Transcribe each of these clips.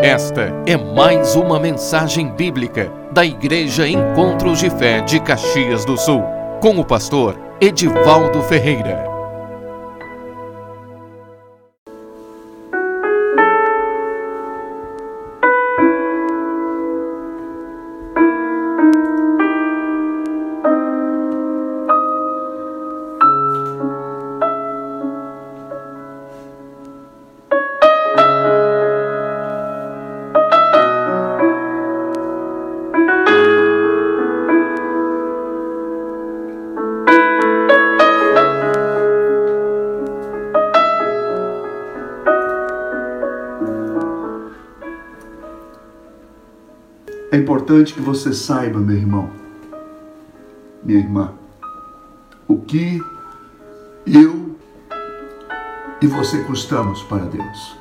Esta é mais uma mensagem bíblica da Igreja Encontros de Fé de Caxias do Sul, com o pastor Edivaldo Ferreira. É importante que você saiba, meu irmão, minha irmã, o que eu e você custamos para Deus.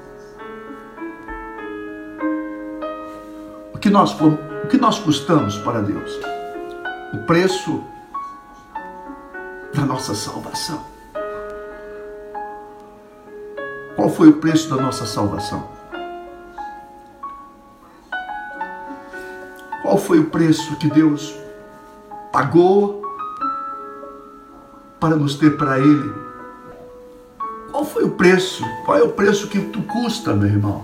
O que nós custamos para Deus? O preço da nossa salvação. Qual foi o preço da nossa salvação? Qual foi o preço que Deus pagou para nos ter para Ele? Qual foi o preço? Qual é o preço que tu custa, meu irmão?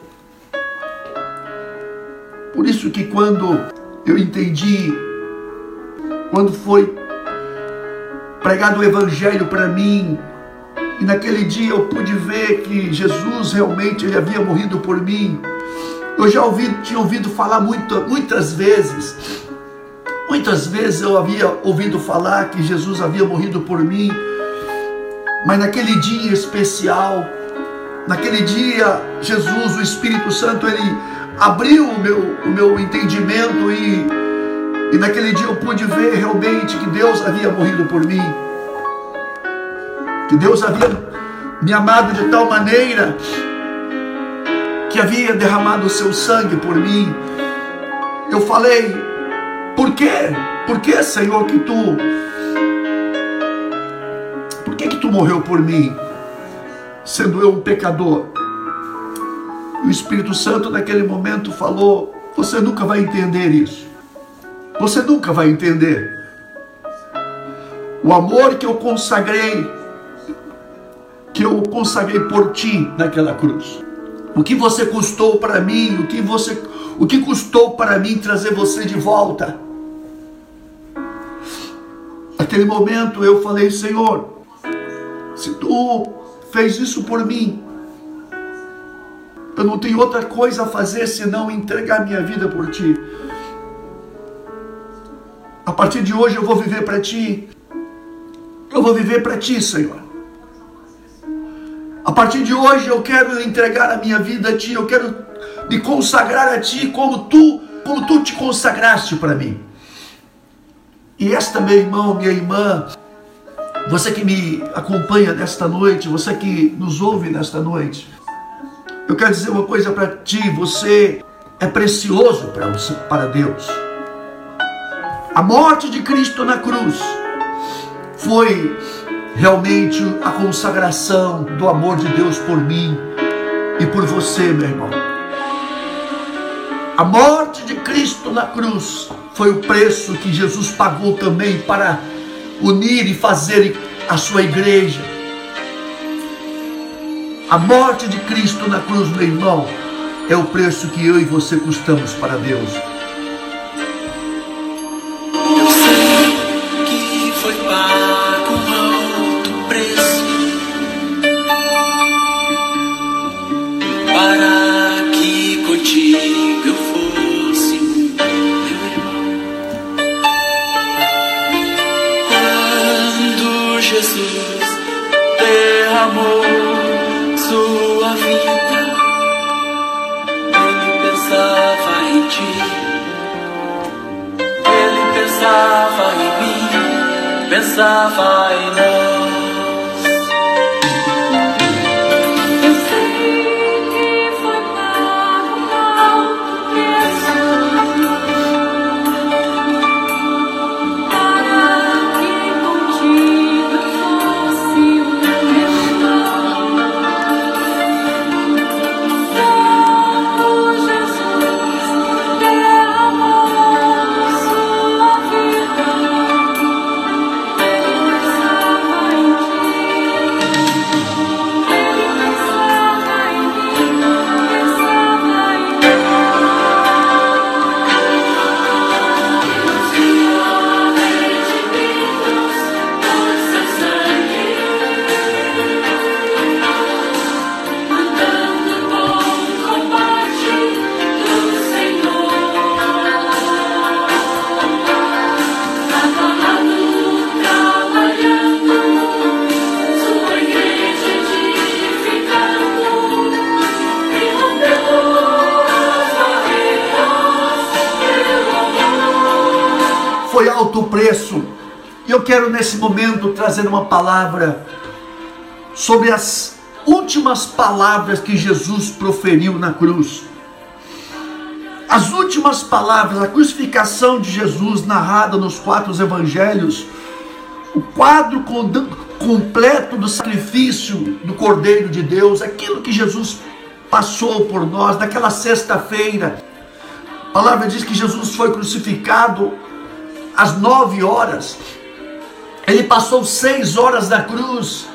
Por isso que quando eu entendi, quando foi pregado o Evangelho para mim, e naquele dia eu pude ver que Jesus realmente ele havia morrido por mim. Eu já tinha ouvido falar muitas vezes eu havia ouvido falar que Jesus havia morrido por mim, mas naquele dia especial, naquele dia, Jesus, o Espírito Santo, ele abriu o meu entendimento e naquele dia eu pude ver realmente que Deus havia morrido por mim, que Deus havia me amado de tal maneira que havia derramado o seu sangue por mim. Eu falei, por quê? Por que, Senhor, por que tu morreu por mim, sendo eu um pecador? E o Espírito Santo naquele momento falou, você nunca vai entender isso. Você nunca vai entender. O amor que eu consagrei por ti naquela cruz. O que você custou para mim, o que custou para mim trazer você de volta. Naquele momento eu falei, Senhor, se tu fez isso por mim, eu não tenho outra coisa a fazer senão entregar minha vida por ti. A partir de hoje eu vou viver para ti. Eu vou viver para ti, Senhor. A partir de hoje eu quero entregar a minha vida a ti, eu quero me consagrar a ti como tu te consagraste para mim. E esta, meu irmão, minha irmã, você que me acompanha nesta noite, você que nos ouve nesta noite, eu quero dizer uma coisa para ti, você é precioso para Deus. A morte de Cristo na cruz foi realmente a consagração do amor de Deus por mim e por você, meu irmão. A morte de Cristo na cruz foi o preço que Jesus pagou também para unir e fazer a sua igreja. A morte de Cristo na cruz, meu irmão, é o preço que eu e você custamos para Deus. Eu sei que foi pago um alto preço para que contigo eu fosse meu irmão. Quando Jesus derramou sua vida, ele pensava em ti, ele pensava em mim, pensava em nós. preço. E eu quero nesse momento trazer uma palavra sobre as últimas palavras que Jesus proferiu na cruz. As últimas palavras, a crucificação de Jesus narrada nos 4 evangelhos, o quadro completo do sacrifício do Cordeiro de Deus, aquilo que Jesus passou por nós naquela sexta-feira. A palavra diz que Jesus foi crucificado às 9 horas. Ele passou 6 horas na cruz,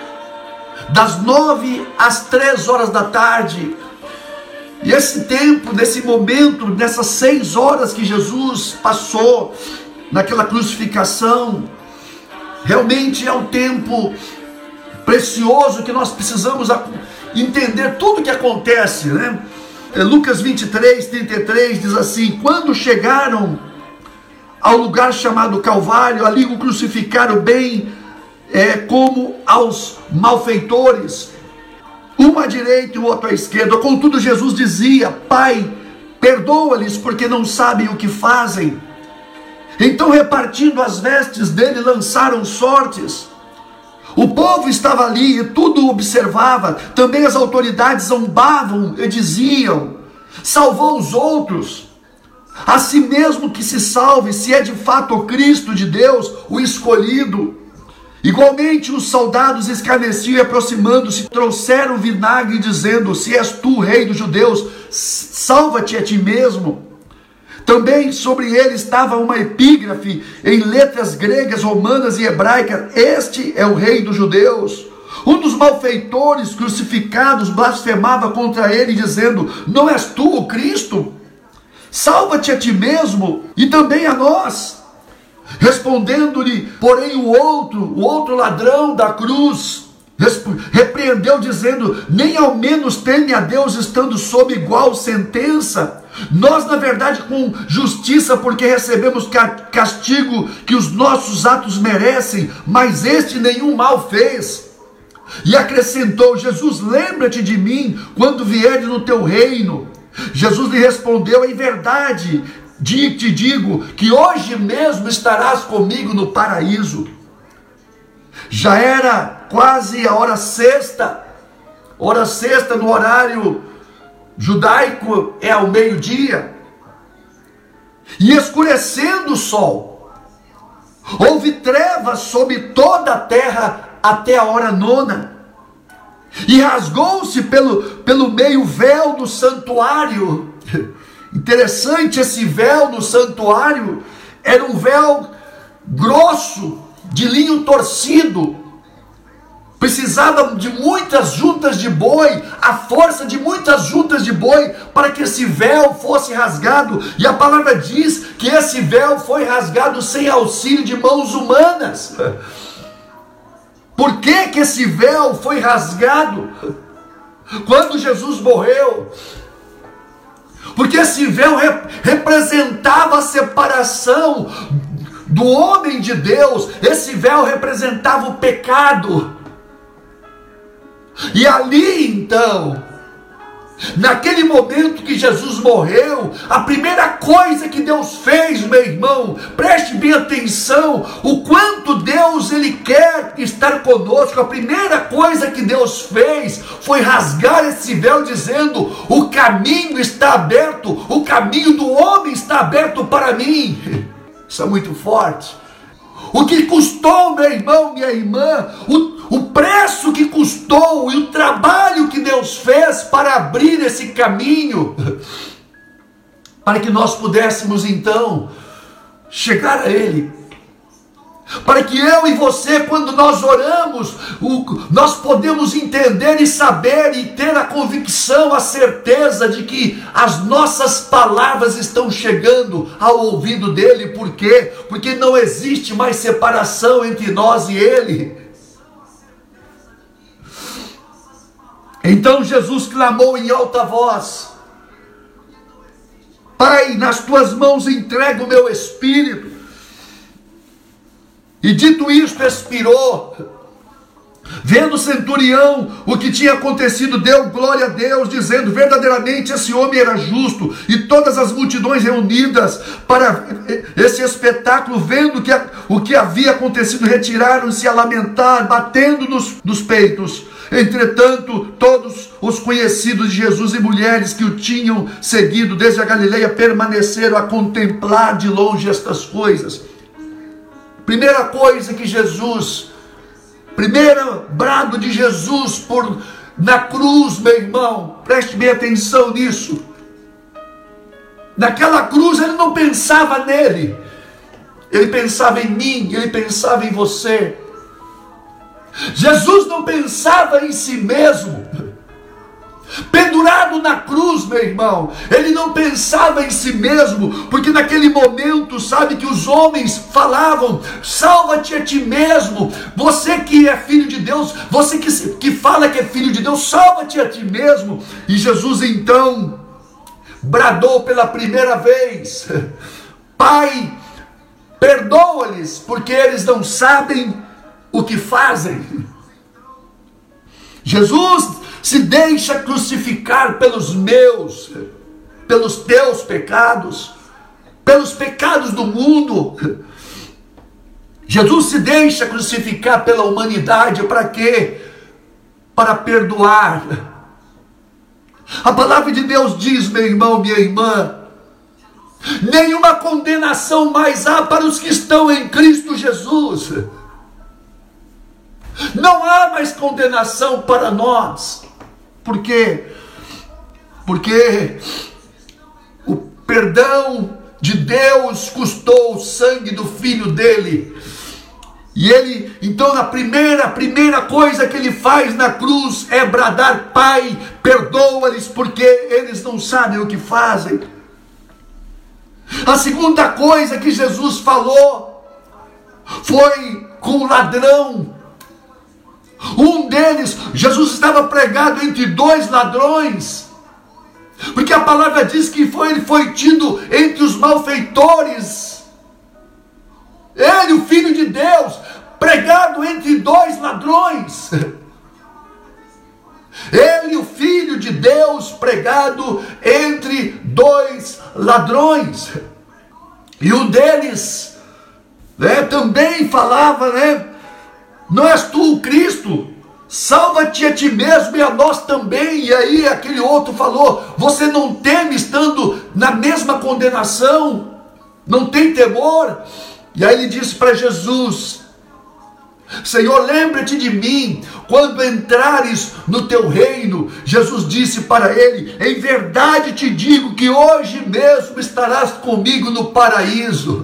das 9 às 3 horas da tarde. E esse tempo, nesse momento, nessas 6 horas que Jesus passou naquela crucificação, realmente é um tempo precioso que nós precisamos entender tudo o que acontece, né? Lucas 23, 33 diz assim: quando chegaram ao lugar chamado Calvário, ali o crucificaram bem como aos malfeitores, um à direita e o outro à esquerda. Contudo Jesus dizia: Pai, perdoa-lhes, porque não sabem o que fazem. Então, repartindo as vestes dele, lançaram sortes. O povo estava ali e tudo observava. Também as autoridades zombavam e diziam: salvou os outros, a si mesmo que se salve, se é de fato o Cristo de Deus, o escolhido. Igualmente os soldados escarneciam e, aproximando-se, trouxeram vinagre, dizendo: se és tu o rei dos judeus, salva-te a ti mesmo. Também sobre ele estava uma epígrafe em letras gregas, romanas e hebraicas: este é o rei dos judeus. Um dos malfeitores crucificados blasfemava contra ele, dizendo: não és tu o Cristo? Salva-te a ti mesmo e também a nós. Respondendo-lhe, porém, o outro ladrão da cruz, repreendeu, dizendo: nem ao menos teme a Deus, estando sob igual sentença. Nós, na verdade, com justiça, porque recebemos castigo que os nossos atos merecem, mas este nenhum mal fez. E acrescentou: Jesus, lembra-te de mim quando vieres no teu reino. Jesus lhe respondeu: em verdade te digo que hoje mesmo estarás comigo no paraíso. Já era quase a hora sexta. Hora sexta no horário judaico é ao meio-dia. E escurecendo o sol, houve trevas sobre toda a terra até a hora 9. E rasgou-se pelo meio véu do santuário. Interessante, esse véu no santuário era um véu grosso, de linho torcido. Precisava de muitas juntas de boi, a força de muitas juntas de boi, para que esse véu fosse rasgado. E a palavra diz que esse véu foi rasgado sem auxílio de mãos humanas. Por que que esse véu foi rasgado quando Jesus morreu? Porque esse véu representava a separação do homem de Deus. Esse véu representava o pecado. E ali então, naquele momento que Jesus morreu, a primeira coisa que Deus fez, meu irmão, preste bem atenção, o quanto Deus ele quer estar conosco. A primeira coisa que Deus fez foi rasgar esse véu, dizendo: o caminho está aberto, o caminho do homem está aberto para mim. Isso é muito forte. O que custou, meu irmão, minha irmã, o preço que custou e o trabalho que Deus fez para abrir esse caminho, para que nós pudéssemos então chegar a Ele. Para que eu e você, quando nós oramos, nós podemos entender e saber e ter a convicção, a certeza de que as nossas palavras estão chegando ao ouvido dEle. Por quê? Porque não existe mais separação entre nós e Ele. Então Jesus clamou em alta voz: Pai, nas tuas mãos entrego o meu espírito. E dito isto, expirou. Vendo o centurião o que tinha acontecido, deu glória a Deus, dizendo: verdadeiramente esse homem era justo. E todas as multidões reunidas para esse espetáculo, vendo o que havia acontecido, retiraram-se a lamentar, batendo nos peitos. Entretanto, todos os conhecidos de Jesus e mulheres que o tinham seguido desde a Galileia permaneceram a contemplar de longe estas coisas. Primeira coisa que primeiro brado de Jesus na cruz, meu irmão, preste bem atenção nisso. Naquela cruz ele não pensava nele, ele pensava em mim, ele pensava em você. Jesus não pensava em si mesmo. Pendurado na cruz, meu irmão, ele não pensava em si mesmo, porque naquele momento, sabe que os homens falavam: salva-te a ti mesmo, você que é filho de Deus, você que fala que é filho de Deus, salva-te a ti mesmo. E Jesus então bradou pela primeira vez: Pai, perdoa-lhes, porque eles não sabem o que fazem. Jesus se deixa crucificar pelos teus pecados, pelos pecados do mundo. Jesus se deixa crucificar pela humanidade. Para quê? Para perdoar. A palavra de Deus diz, meu irmão, minha irmã: nenhuma condenação mais há para os que estão em Cristo Jesus. Não há mais condenação para nós. Por quê? Porque o perdão de Deus custou o sangue do Filho dele. E ele, então, a primeira coisa que ele faz na cruz é bradar: Pai, perdoa-lhes, porque eles não sabem o que fazem. A segunda coisa que Jesus falou foi com o ladrão. Um deles, Jesus estava pregado entre dois ladrões, porque a palavra diz que ele foi tido entre os malfeitores. Ele, o Filho de Deus, pregado entre dois ladrões. Ele, o Filho de Deus, pregado entre dois ladrões. E um deles também falava: não és tu o Cristo? Salva-te a ti mesmo e a nós também. E aí aquele outro falou: você não teme estando na mesma condenação? Não tem temor? E aí ele disse para Jesus: Senhor, lembra-te de mim quando entrares no teu reino. Jesus disse para ele: em verdade te digo que hoje mesmo estarás comigo no paraíso.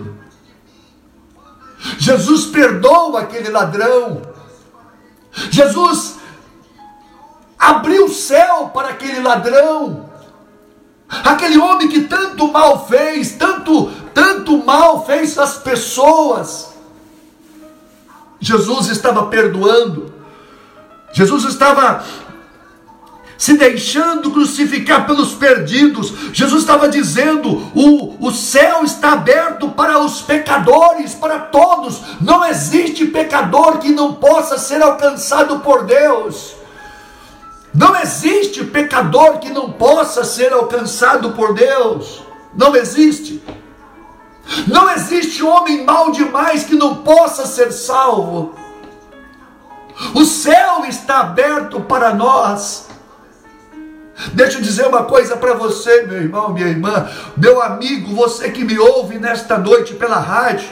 Jesus perdoa aquele ladrão. Jesus abriu o céu para aquele ladrão. Aquele homem que tanto mal fez, tanto mal fez às pessoas. Jesus estava perdoando. Jesus estava se deixando crucificar pelos perdidos. Jesus estava dizendo: o céu está aberto para os pecadores, para todos. Não existe pecador que não possa ser alcançado por Deus. Não existe pecador que não possa ser alcançado por Deus. Não existe. Não existe homem mau demais que não possa ser salvo. O céu está aberto para nós. Deixa eu dizer uma coisa para você, meu irmão, minha irmã, meu amigo, você que me ouve nesta noite pela rádio.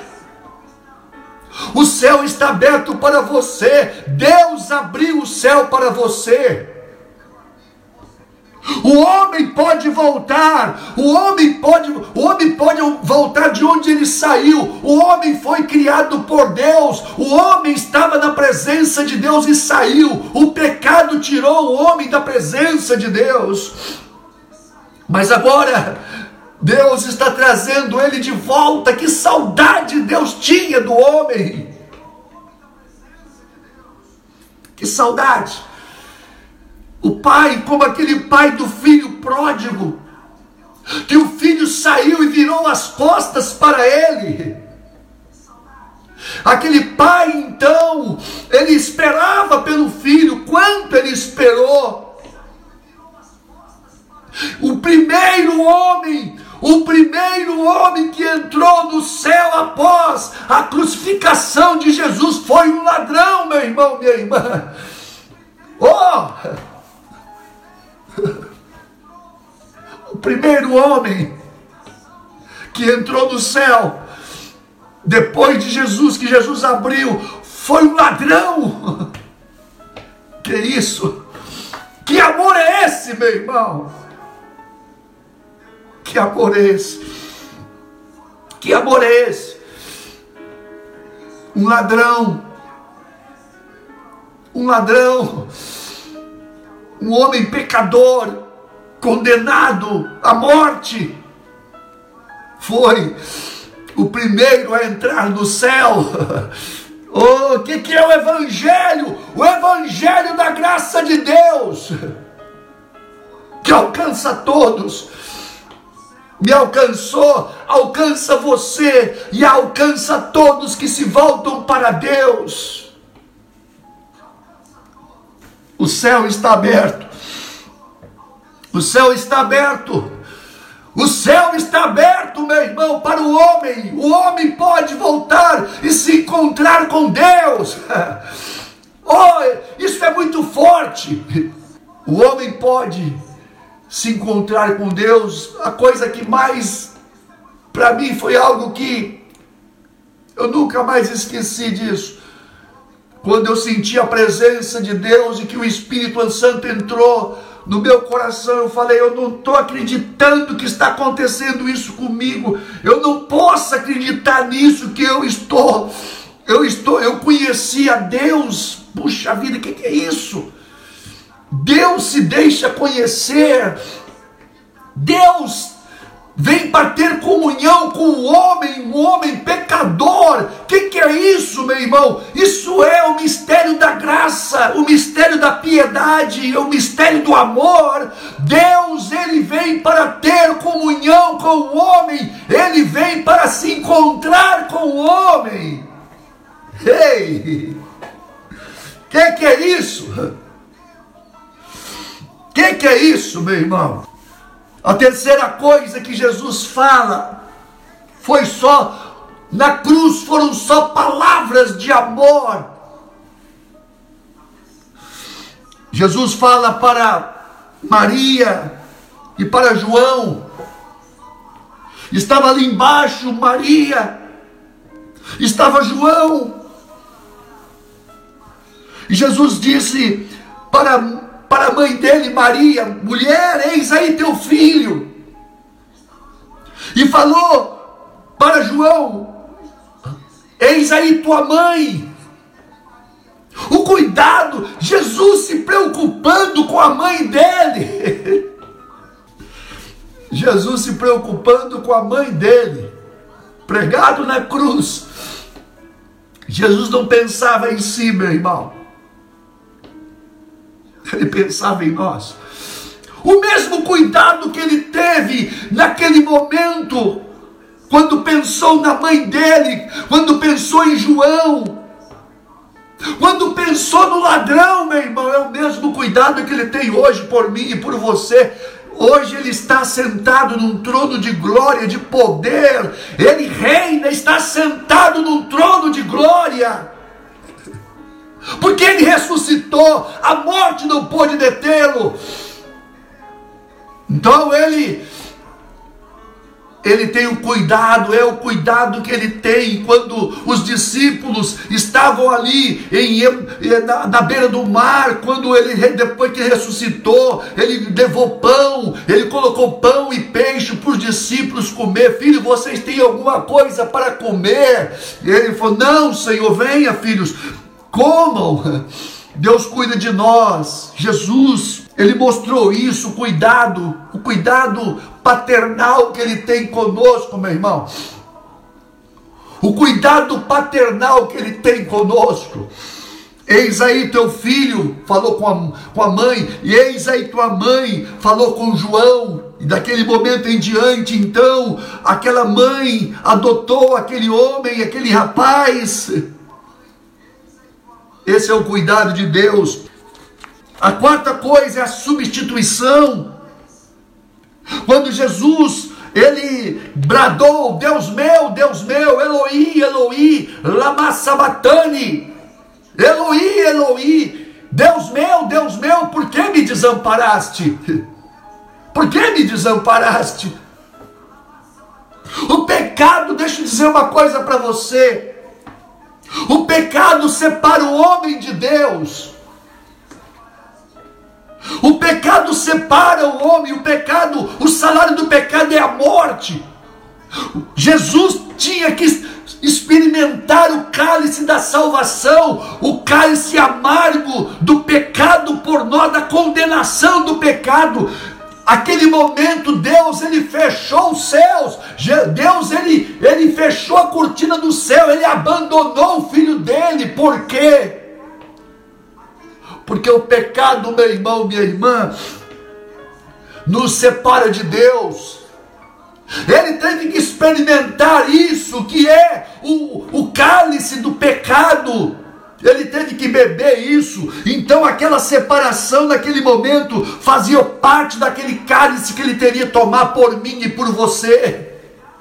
O céu está aberto para você. Deus abriu o céu para você. O homem pode voltar. O homem pode voltar de onde ele saiu. O homem foi criado por Deus. O homem estava na presença de Deus e saiu. O pecado tirou o homem da presença de Deus. Mas agora Deus está trazendo ele de volta. Que saudade Deus tinha do homem. Que saudade. O pai, como aquele pai do filho pródigo, que o filho saiu e virou as costas para ele. Aquele pai, então, ele esperava pelo filho. Quanto ele esperou? O primeiro homem que entrou no céu após a crucificação de Jesus foi um ladrão, meu irmão, minha irmã. O primeiro homem que entrou no céu depois de Jesus, que Jesus abriu, foi um ladrão. Que isso? Que amor é esse, meu irmão? Que amor é esse? Que amor é esse? Um ladrão, um homem pecador, condenado à morte, foi o primeiro a entrar no céu. O que é o Evangelho? O Evangelho da graça de Deus, que alcança todos. Me alcançou, alcança você e alcança todos que se voltam para Deus. O céu está aberto. O céu está aberto. O céu está aberto, meu irmão, para o homem. O homem pode voltar e se encontrar com Deus. Isso é muito forte. O homem pode se encontrar com Deus. A coisa que mais, para mim, foi algo que eu nunca mais esqueci disso. Quando eu senti a presença de Deus e que o Espírito Santo entrou no meu coração, eu falei: eu não estou acreditando que está acontecendo isso comigo. Eu não posso acreditar nisso que eu conheci a Deus. Puxa vida, o que é isso? Deus se deixa conhecer. Deus vem para ter comunhão com o homem, um homem pecador. O que é isso, meu irmão? Isso é o mistério da graça, o mistério da piedade, o mistério do amor. Deus, ele vem para ter comunhão com o homem, ele vem para se encontrar com o homem. Ei, o que é isso? O que é isso, meu irmão? A terceira coisa que Jesus fala foi só, na cruz foram só palavras de amor. Jesus fala para Maria e para João. Estava ali embaixo Maria, estava João. E Jesus disse para a mãe dele, Maria: mulher, eis aí teu filho. E falou para João: eis aí tua mãe. O cuidado, Jesus se preocupando com a mãe dele. Jesus se preocupando com a mãe dele, pregado na cruz. Jesus não pensava em si, meu irmão. Ele pensava em nós. O mesmo cuidado que ele teve naquele momento, quando pensou na mãe dele, quando pensou em João, quando pensou no ladrão, meu irmão, é o mesmo cuidado que ele tem hoje por mim e por você. Hoje ele está sentado num trono de glória, de poder. Ele reina, está sentado num trono de glória. Porque ele ressuscitou, a morte não pôde detê-lo. Então ele tem o cuidado, é o cuidado que ele tem quando os discípulos estavam ali na beira do mar, quando ele, depois que ressuscitou, ele levou pão, ele colocou pão e peixe para os discípulos comer. Filho, vocês têm alguma coisa para comer? E ele falou: não, Senhor, venha, filhos, comam. Deus cuida de nós. Jesus, ele mostrou isso, o cuidado paternal que ele tem conosco, meu irmão. O cuidado paternal que ele tem conosco. Eis aí teu filho, falou com a mãe, e eis aí tua mãe, falou com João. E daquele momento em diante, então, aquela mãe adotou aquele homem, aquele rapaz. Esse é o cuidado de Deus. A quarta coisa é a substituição. Quando Jesus, ele bradou: Deus meu, Eloi, Eloi, lama sabachthani. Eloi, Eloi, Deus meu, por que me desamparaste? Por que me desamparaste? O pecado, deixa eu dizer uma coisa para você. O pecado separa o homem de Deus. O pecado separa o homem. O salário do pecado é a morte. Jesus tinha que experimentar o cálice da salvação, o cálice amargo do pecado por nós, da condenação do pecado. Aquele momento, Deus, ele fechou os céus. Deus, ele fechou a cortina do céu. Ele abandonou o filho dele. Por quê? Porque o pecado, meu irmão, minha irmã, nos separa de Deus. Ele teve que experimentar isso, que é o cálice do pecado. Ele teve que beber isso. Então aquela separação naquele momento fazia parte daquele cálice que ele teria que tomar por mim e por você.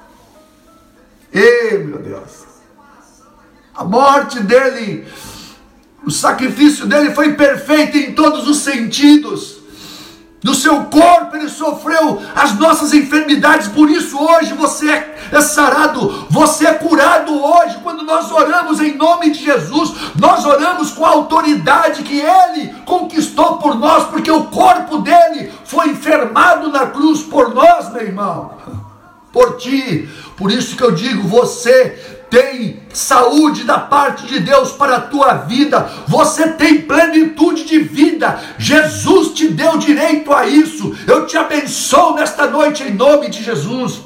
Meu Deus, a morte dele, o sacrifício dele foi perfeito em todos os sentidos. No seu corpo ele sofreu as nossas enfermidades. Por isso hoje você é sarado, você é curado hoje. Quando nós oramos em nome de Jesus, nós oramos com a autoridade que ele conquistou por nós, porque o corpo dele foi enfermado na cruz por nós, meu irmão, por ti. Por isso que eu digo, você tem saúde da parte de Deus para a tua vida. Você tem plenitude de vida. Jesus te deu direito a isso. Eu te abençoo nesta noite em nome de Jesus.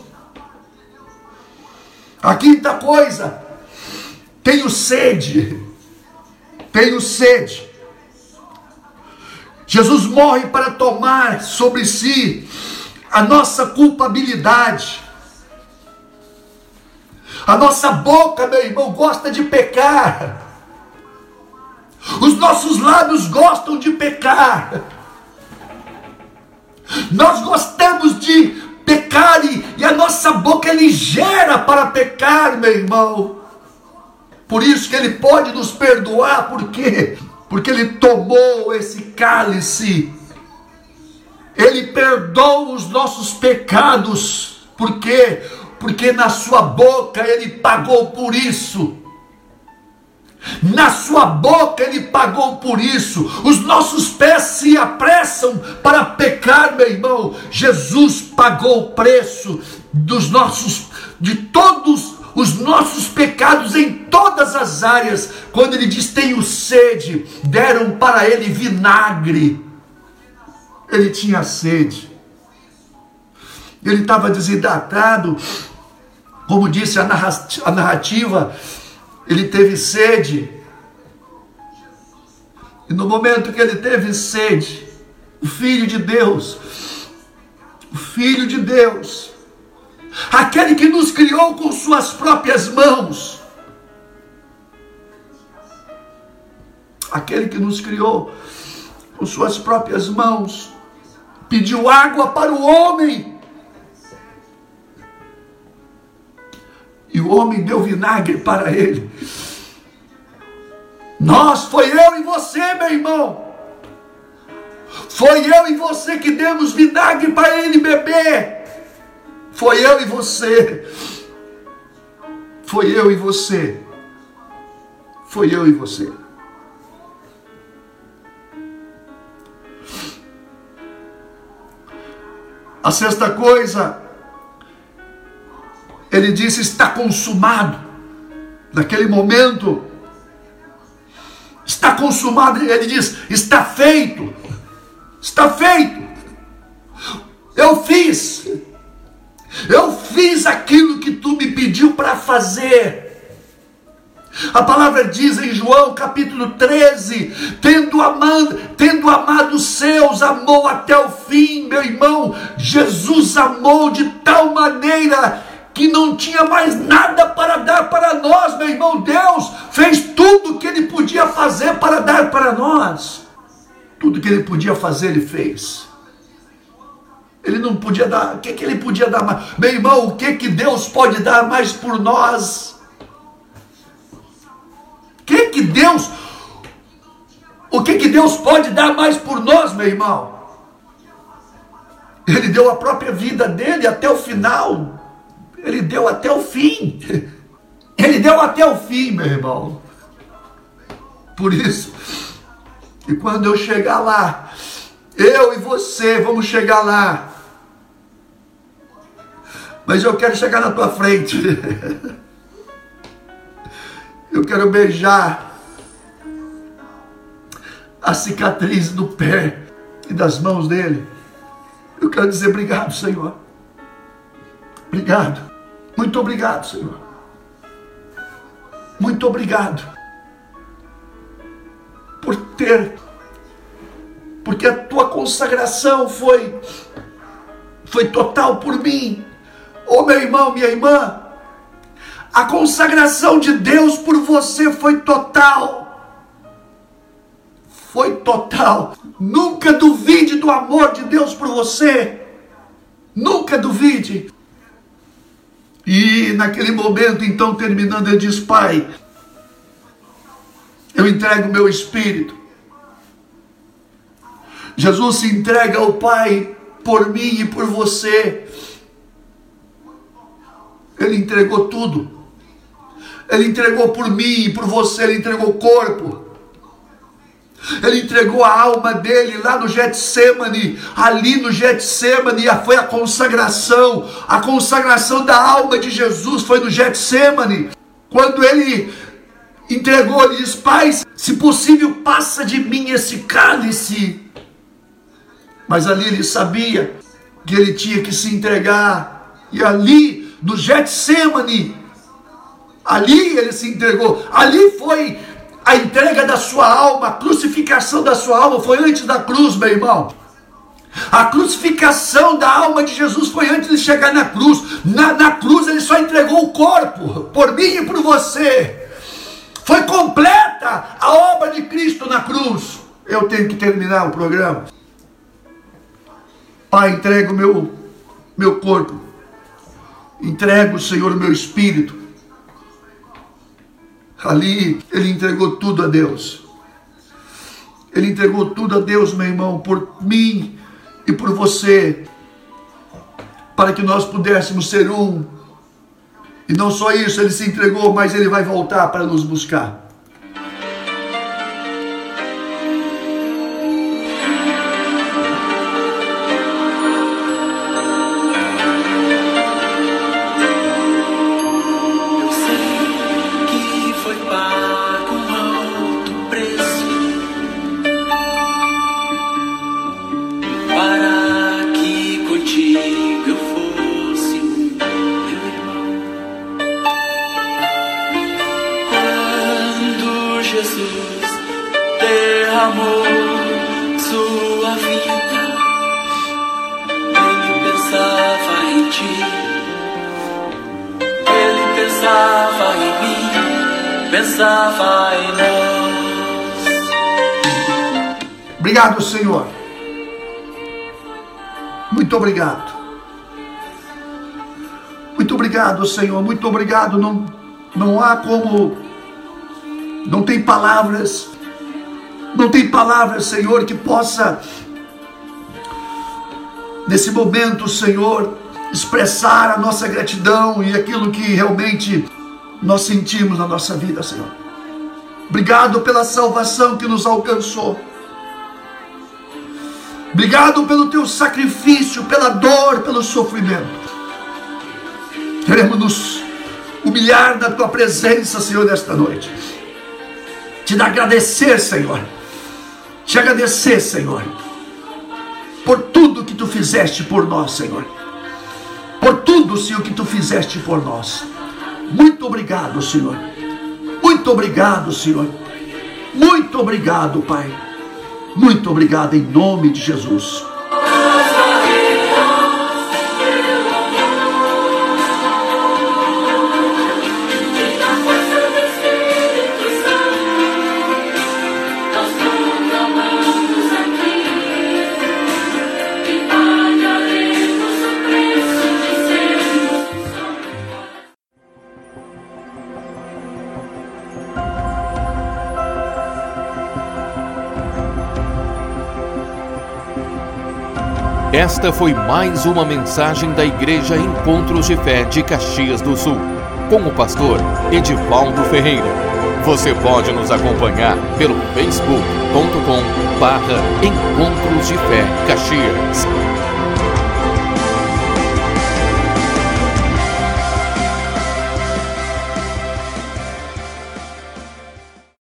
A quinta coisa, tenho sede. Tenho sede. Jesus morre para tomar sobre si a nossa culpabilidade. A nossa boca, meu irmão, gosta de pecar. Os nossos lábios gostam de pecar. Nós gostamos de pecar e a nossa boca é ligeira para pecar, meu irmão. Por isso que ele pode nos perdoar. Por quê? Porque ele tomou esse cálice. Ele perdoa os nossos pecados. Por quê? Porque na sua boca ele pagou por isso. Na sua boca ele pagou por isso. Os nossos pés se apressam para pecar, meu irmão. Jesus pagou o preço de todos os nossos pecados em todas as áreas. Quando ele diz: tenho sede, deram para ele vinagre. Ele tinha sede. Ele estava desidratado. Como disse a narrativa, ele teve sede. E no momento que ele teve sede, o Filho de Deus, aquele que nos criou com suas próprias mãos, pediu água para o homem. E o homem deu vinagre para ele. Foi eu e você, meu irmão. Foi eu e você que demos vinagre para ele beber. Foi eu e você. Foi eu e você. Foi eu e você. A sexta coisa, ele disse: está consumado. Naquele momento, está consumado. Ele diz: está feito. Está feito. Eu fiz aquilo que tu me pediu para fazer. A palavra diz em João capítulo 13, tendo amado os seus, amou até o fim. Meu irmão, Jesus amou de tal maneira que não tinha mais nada para dar para nós, meu irmão. Deus fez tudo o que Ele podia fazer para dar para nós. Tudo que Ele podia fazer, Ele fez. Ele não podia dar, o que Ele podia dar mais? Meu irmão, o que Deus pode dar mais por nós? O que Deus pode dar mais por nós, meu irmão? Ele deu a própria vida dele até o final. Ele deu até o fim. Ele deu até o fim, meu irmão. Por isso, e quando eu chegar lá, eu e você vamos chegar lá. Mas eu quero chegar na tua frente. Eu quero beijar a cicatriz do pé e das mãos dele. Eu quero dizer obrigado, Senhor. Obrigado. Muito obrigado, Senhor. Muito obrigado. Porque a tua consagração foi total por mim. Ô meu irmão, minha irmã, a consagração de Deus por você foi total. Foi total. Nunca duvide do amor de Deus por você. Nunca duvide. E naquele momento, então, terminando, ele diz: Pai, eu entrego o meu espírito. Jesus se entrega ao Pai por mim e por você. Ele entregou tudo. Ele entregou por mim e por você. Ele entregou o corpo. Ele entregou a alma dele lá no Getsemane. Ali no Getsemane foi a consagração. A consagração da alma de Jesus foi no Getsemane. Quando ele entregou, ele diz: Pai, se possível, passa de mim esse cálice. Mas ali ele sabia que ele tinha que se entregar. E ali no Getsemane, ali ele se entregou. Ali foi a entrega da sua alma. A crucificação da sua alma foi antes da cruz, meu irmão. A crucificação da alma de Jesus foi antes de chegar na cruz. Na cruz ele só entregou o corpo, por mim e por você. Foi completa a obra de Cristo na cruz. Eu tenho que terminar o programa. Pai, entrego o meu corpo. Entrego, Senhor, o meu espírito. Ali ele entregou tudo a Deus. Ele entregou tudo a Deus, meu irmão, por mim e por você, para que nós pudéssemos ser um. E não só isso, ele se entregou, mas ele vai voltar para nos buscar. Pensava em nós. Obrigado, Senhor. Muito obrigado. Muito obrigado, Senhor. Muito obrigado. Não há como. Não tem palavras. Não tem palavras, Senhor, que possa, nesse momento, Senhor, expressar a nossa gratidão e aquilo que realmente nós sentimos na nossa vida, Senhor. Obrigado pela salvação que nos alcançou. Obrigado pelo teu sacrifício, pela dor, pelo sofrimento. Queremos nos humilhar na tua presença, Senhor, nesta noite. Te agradecer, Senhor. Te agradecer, Senhor, por tudo que tu fizeste por nós, Senhor. Por tudo, Senhor, que tu fizeste por nós. Muito obrigado, Senhor. Muito obrigado, Senhor. Muito obrigado, Pai. Muito obrigado em nome de Jesus. Esta foi mais uma mensagem da Igreja Encontros de Fé de Caxias do Sul, com o pastor Edivaldo Ferreira. Você pode nos acompanhar pelo facebook.com/Encontros de Fé Caxias.